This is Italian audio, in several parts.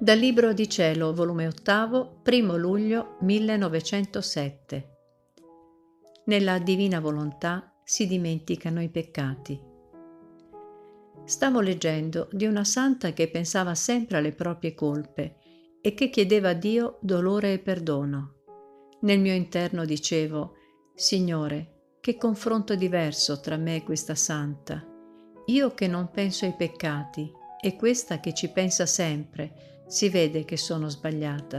Dal Libro di Cielo, volume 8, 1 luglio 1907. Nella divina volontà si dimenticano i peccati. Stavo leggendo di una santa che pensava sempre alle proprie colpe e che chiedeva a Dio dolore e perdono. Nel mio interno dicevo: Signore, che confronto diverso tra me e questa santa. Io che non penso ai peccati e questa che ci pensa sempre, si vede che sono sbagliata.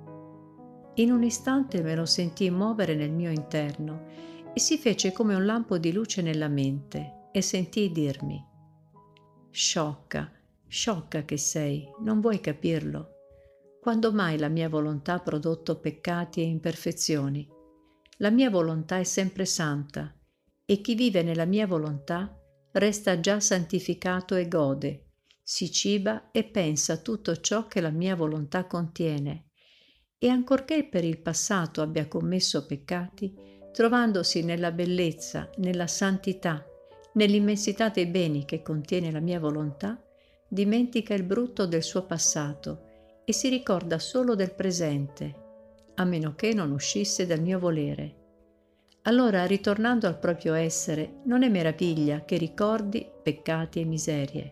In un istante me lo sentii muovere nel mio interno e si fece come un lampo di luce nella mente e sentii dirmi: Sciocca, sciocca che sei, non vuoi capirlo. Quando mai la mia volontà ha prodotto peccati e imperfezioni? La mia volontà è sempre santa e chi vive nella mia volontà resta già santificato e gode, si ciba e pensa a tutto ciò che la mia volontà contiene, e ancorché per il passato abbia commesso peccati, trovandosi nella bellezza, nella santità, nell'immensità dei beni che contiene la mia volontà, dimentica il brutto del suo passato e si ricorda solo del presente, a meno che non uscisse dal mio volere. Allora, ritornando al proprio essere, non è meraviglia che ricordi peccati e miserie.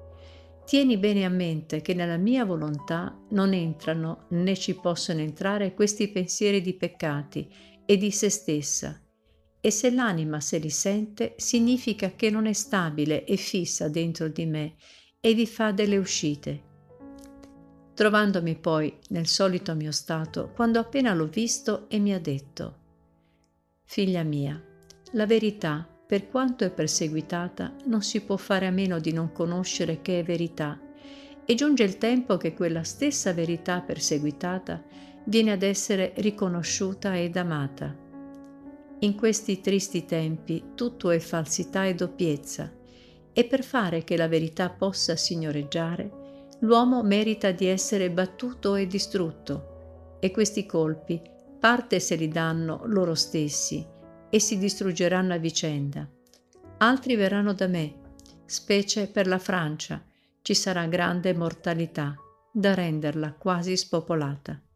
Tieni bene a mente che nella mia volontà non entrano né ci possono entrare questi pensieri di peccati e di se stessa, e se l'anima se li sente significa che non è stabile e fissa dentro di me e vi fa delle uscite. Trovandomi poi nel solito mio stato, quando appena l'ho visto e mi ha detto: Figlia mia, la verità, per quanto è perseguitata, non si può fare a meno di non conoscere che è verità, e giunge il tempo che quella stessa verità perseguitata viene ad essere riconosciuta ed amata. In questi tristi tempi tutto è falsità e doppiezza, e per fare che la verità possa signoreggiare, l'uomo merita di essere battuto e distrutto, e questi colpi parte se li danno loro stessi e si distruggeranno a vicenda. Altri verranno da me, specie per la Francia ci sarà grande mortalità, da renderla quasi spopolata.